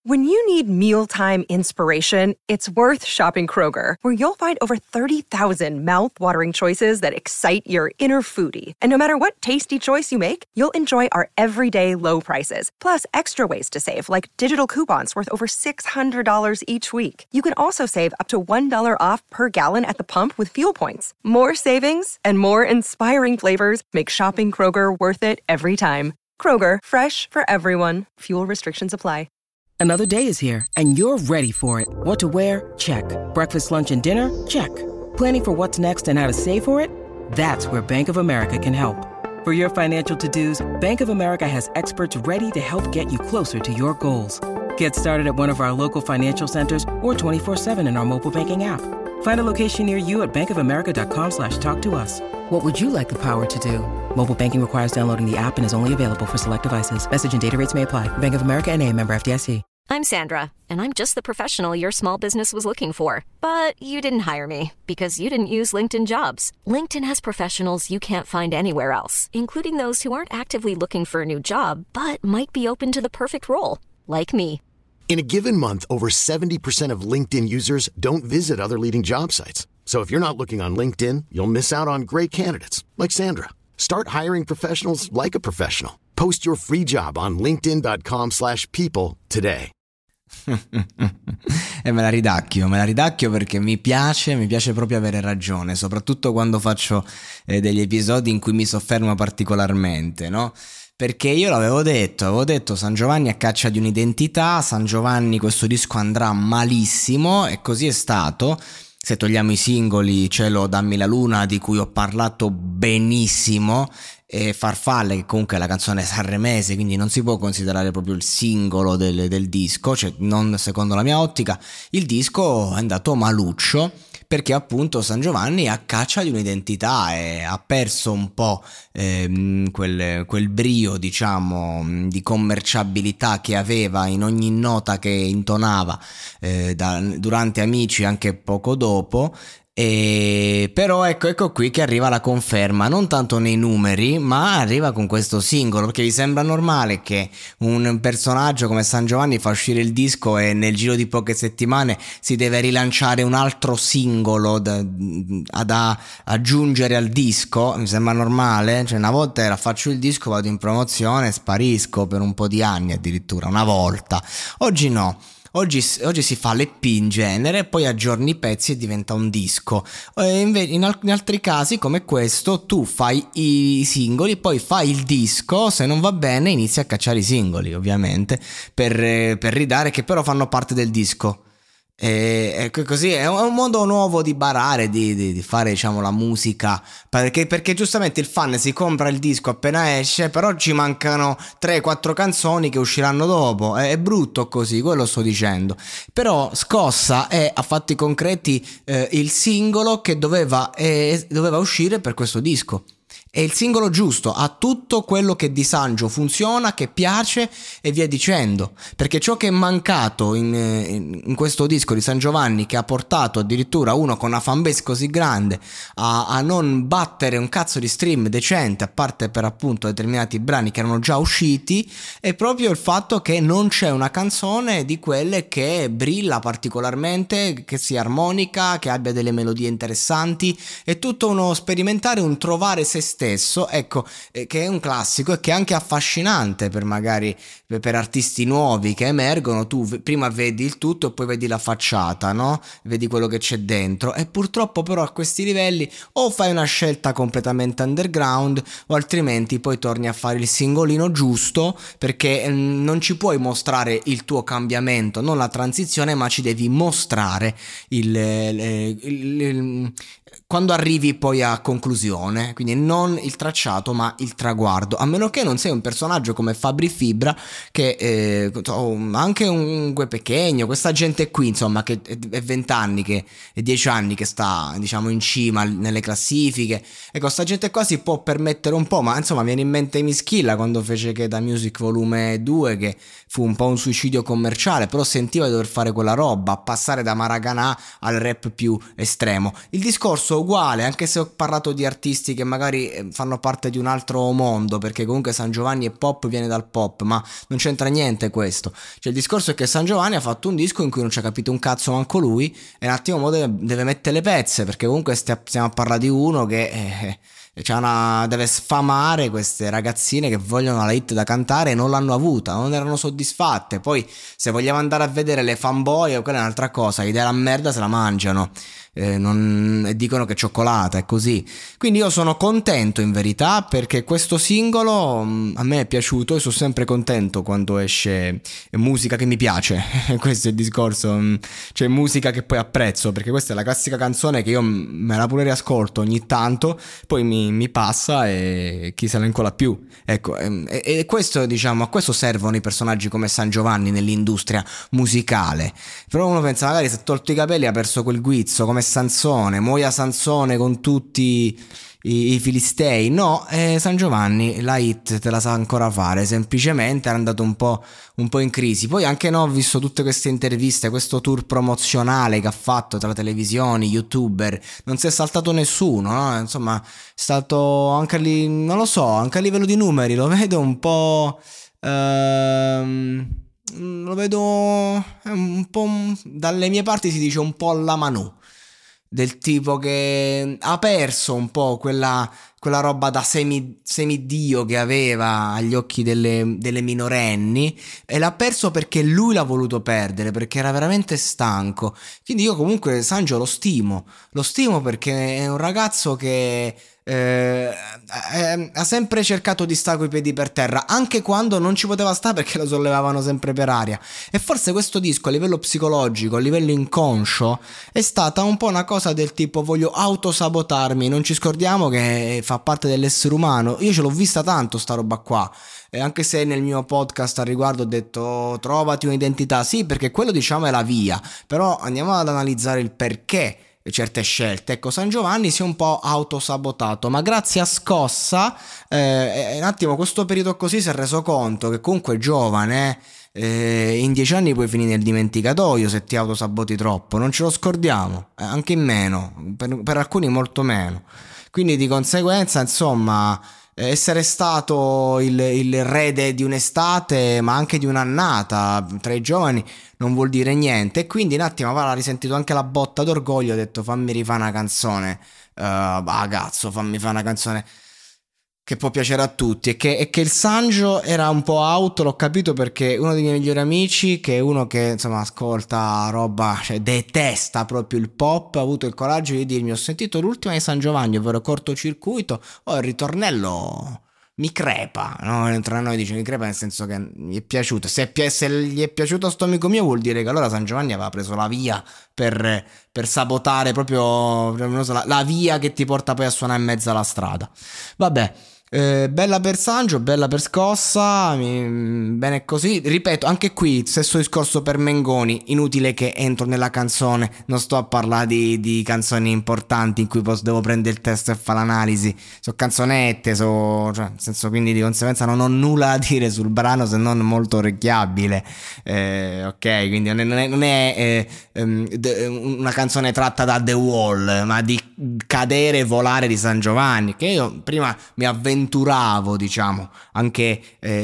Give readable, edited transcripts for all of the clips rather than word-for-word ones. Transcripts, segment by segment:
When you need mealtime inspiration, it's worth shopping Kroger, where you'll find over 30,000 mouth-watering choices that excite your inner foodie. And no matter what tasty choice you make, you'll enjoy our everyday low prices, plus extra ways to save, like digital coupons worth over $600 each week. You can also save up to $1 off per gallon at the pump with fuel points. More savings and more inspiring flavors make shopping Kroger worth it every time. Kroger, fresh for everyone. Fuel restrictions apply. Another day is here, and you're ready for it. What to wear? Check. Breakfast, lunch, and dinner? Check. Planning for what's next and how to save for it? That's where Bank of America can help. For your financial to-dos, Bank of America has experts ready to help get you closer to your goals. Get started at one of our local financial centers or 24/7 in our mobile banking app. Find a location near you at bankofamerica.com/talktous. What would you like the power to do? Mobile banking requires downloading the app and is only available for select devices. Message and data rates may apply. Bank of America N.A., member FDIC. I'm Sandra, and I'm just the professional your small business was looking for. But you didn't hire me because you didn't use LinkedIn Jobs. LinkedIn has professionals you can't find anywhere else, including those who aren't actively looking for a new job, but might be open to the perfect role, like me. In a given month, over 70% of LinkedIn users don't visit other leading job sites. So if you're not looking on LinkedIn, you'll miss out on great candidates like Sandra. Start hiring professionals like a professional. Post your free job on linkedin.com/people today. E me la ridacchio perché mi piace proprio avere ragione, soprattutto quando faccio degli episodi in cui mi soffermo particolarmente, no? Perché io avevo detto San Giovanni a caccia di un'identità, San Giovanni questo disco andrà malissimo, e così è stato. Se togliamo i singoli, Cielo dammi la luna, di cui ho parlato benissimo, e Farfalle, che comunque è la canzone sanremese, quindi non si può considerare proprio il singolo del disco, cioè non secondo la mia ottica, il disco è andato maluccio, perché appunto San Giovanni è a caccia di un'identità e ha perso un po' quel brio, diciamo, di commerciabilità che aveva in ogni nota che intonava durante Amici, anche poco dopo. Però ecco qui che arriva la conferma, non tanto nei numeri, ma arriva con questo singolo, perché vi sembra normale che un personaggio come San Giovanni fa uscire il disco e nel giro di poche settimane si deve rilanciare un altro singolo da aggiungere al disco? Mi sembra normale? Cioè, una volta era faccio il disco, vado in promozione, sparisco per un po' di anni, addirittura una volta. Oggi no. Oggi si fa l'EP in genere e poi aggiorni i pezzi e diventa un disco. In altri casi come questo tu fai i singoli, poi fai il disco, se non va bene inizi a cacciare i singoli, ovviamente, per ridare, che però fanno parte del disco. E così è un modo nuovo di barare, di fare, diciamo, la musica, perché giustamente il fan si compra il disco appena esce, però ci mancano 3-4 canzoni che usciranno dopo. È brutto così, quello sto dicendo. Però Scossa è a fatti concreti il singolo che doveva uscire per questo disco. È il singolo giusto, ha tutto quello che di Sangio funziona, che piace e via dicendo, perché ciò che è mancato in questo disco di San Giovanni, che ha portato addirittura uno con una fanbase così grande a non battere un cazzo di stream decente, a parte per appunto determinati brani che erano già usciti, è proprio il fatto che non c'è una canzone di quelle che brilla particolarmente, che sia armonica, che abbia delle melodie interessanti. È tutto uno sperimentare, un trovare se stesso, ecco, che è un classico e che è anche affascinante per magari per artisti nuovi che emergono. Tu prima vedi il tutto e poi vedi la facciata, no? Vedi quello che c'è dentro, e purtroppo però a questi livelli o fai una scelta completamente underground o altrimenti poi torni a fare il singolino giusto, perché non ci puoi mostrare il tuo cambiamento, non la transizione, ma ci devi mostrare quando arrivi poi a conclusione, quindi non il tracciato ma il traguardo, a meno che non sei un personaggio come Fabri Fibra, che anche un Gue Pequeno, questa gente qui, insomma, che è 20 anni, che è 10 anni che sta, diciamo, in cima nelle classifiche. Ecco, sta gente qua si può permettere un po', ma insomma viene in mente Mischilla quando fece Che da Music Volume 2, che fu un po' un suicidio commerciale, però sentiva di dover fare quella roba, passare da Maracanã al rap più estremo. Il discorso uguale, anche se ho parlato di artisti che magari fanno parte di un altro mondo, perché comunque San Giovanni è pop, viene dal pop, ma non c'entra niente questo. Cioè il discorso è che San Giovanni ha fatto un disco in cui non ci ha capito un cazzo manco lui, e un attimo deve mettere le pezze, perché comunque stiamo a parlare di uno che deve sfamare queste ragazzine che vogliono la hit da cantare e non l'hanno avuta, non erano soddisfatte. Poi se vogliamo andare a vedere le fanboy, quella è un'altra cosa, l'idea della merda se la mangiano. E dicono che è cioccolata, è così. Quindi io sono contento in verità, perché questo singolo a me è piaciuto e sono sempre contento quando esce musica che mi piace. Questo è il discorso, cioè musica che poi apprezzo, perché questa è la classica canzone che io me la pure riascolto ogni tanto, poi mi passa e chi se la incola più, ecco. E questo, diciamo, a questo servono i personaggi come San Giovanni nell'industria musicale. Però uno pensa, magari se ha tolto i capelli ha perso quel guizzo, come Sansone, muoia Sansone con tutti i filistei. No, San Giovanni la hit te la sa ancora fare, semplicemente è andato un po' in crisi. Poi anche ho visto tutte queste interviste, questo tour promozionale che ha fatto tra televisioni, youtuber, non si è saltato nessuno, no? Insomma è stato anche lì, non lo so, anche a livello di numeri lo vedo un po'... lo vedo un po', dalle mie parti si dice un po' alla Manù, del tipo che ha perso un po' quella roba da semidio che aveva agli occhi delle minorenni, e l'ha perso perché lui l'ha voluto perdere, perché era veramente stanco. Quindi io comunque Sangio lo stimo perché è un ragazzo che ha sempre cercato di stare coi piedi per terra, anche quando non ci poteva stare perché lo sollevavano sempre per aria. E forse questo disco a livello psicologico, a livello inconscio, è stata un po' una cosa del tipo: voglio autosabotarmi, non ci scordiamo che fa parte dell'essere umano. Io ce l'ho vista tanto sta roba qua, e anche se nel mio podcast al riguardo ho detto trovati un'identità, sì, perché quello diciamo è la via, però andiamo ad analizzare il perché certe scelte. Ecco, San Giovanni si è un po' autosabotato, ma grazie a Scossa un attimo questo periodo così si è reso conto che comunque è giovane, in 10 anni puoi finire nel dimenticatoio se ti autosaboti troppo, non ce lo scordiamo, anche in meno, per alcuni molto meno. Quindi di conseguenza, insomma, essere stato il re di un'estate, ma anche di un'annata tra i giovani, non vuol dire niente. E quindi un attimo ha risentito anche la botta d'orgoglio, ha detto fammi rifare una canzone, cazzo, fammi fare una canzone che può piacere a tutti. E che il Sangio era un po' l'ho capito, perché uno dei miei migliori amici, che è uno che insomma ascolta roba, cioè detesta proprio il pop, ha avuto il coraggio di dirmi: ho sentito l'ultima di San Giovanni, ovvero Cortocircuito, il ritornello mi crepa, no? Tra noi dice mi crepa nel senso che gli è piaciuto. Se gli è piaciuto sto amico mio, vuol dire che allora San Giovanni aveva preso la via per sabotare proprio la via che ti porta poi a suonare in mezzo alla strada. Vabbè, bella per Sangio, bella per Scossa, bene così. Ripeto, anche qui stesso discorso per Mengoni, inutile che entro nella canzone, non sto a parlare di canzoni importanti in cui devo prendere il testo e fare l'analisi, sono canzonette, cioè, nel senso, quindi di conseguenza non ho nulla da dire sul brano se non molto orecchiabile, ok, quindi non è una canzone tratta da The Wall, ma di cadere e volare di San Giovanni, che io prima mi avventuravo, diciamo, anche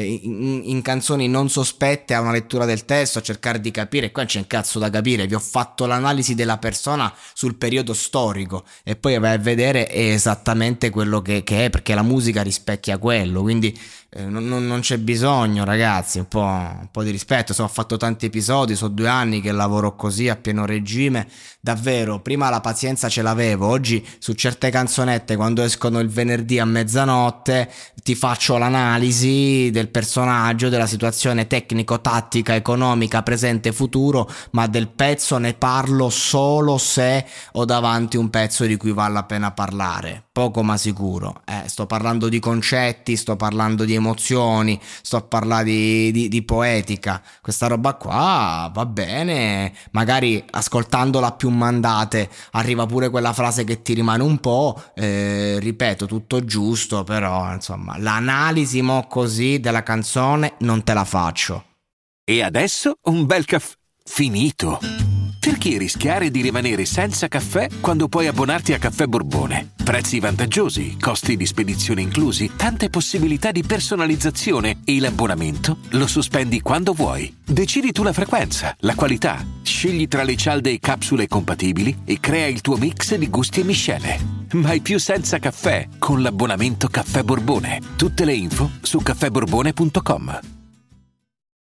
in canzoni non sospette a una lettura del testo, a cercare di capire. Qua c'è un cazzo da capire, vi ho fatto l'analisi della persona sul periodo storico e poi vai a vedere è esattamente quello che è, perché la musica rispecchia quello, quindi non c'è bisogno, ragazzi, un po' di rispetto. Ho fatto tanti episodi, sono 2 anni che lavoro così a pieno regime, davvero. Prima la pazienza ce l'avevo, oggi su certe canzonette quando escono il venerdì a mezzanotte ti faccio l'analisi del personaggio, della situazione tecnico-tattica, economica, presente e futuro, ma del pezzo ne parlo solo se ho davanti un pezzo di cui vale la pena parlare, poco ma sicuro. Sto parlando di concetti, sto parlando di emozioni, sto a parlare di poetica. Questa roba qua va bene, magari ascoltandola più mandate arriva pure quella frase che ti rimane un po', ripeto, tutto giusto, però insomma l'analisi così della canzone non te la faccio. E adesso un bel caffè finito. Perché rischiare di rimanere senza caffè quando puoi abbonarti a Caffè Borbone? Prezzi vantaggiosi, costi di spedizione inclusi, tante possibilità di personalizzazione e l'abbonamento lo sospendi quando vuoi. Decidi tu la frequenza, la qualità, scegli tra le cialde e capsule compatibili e crea il tuo mix di gusti e miscele. Mai più senza caffè con l'abbonamento Caffè Borbone. Tutte le info su caffèborbone.com.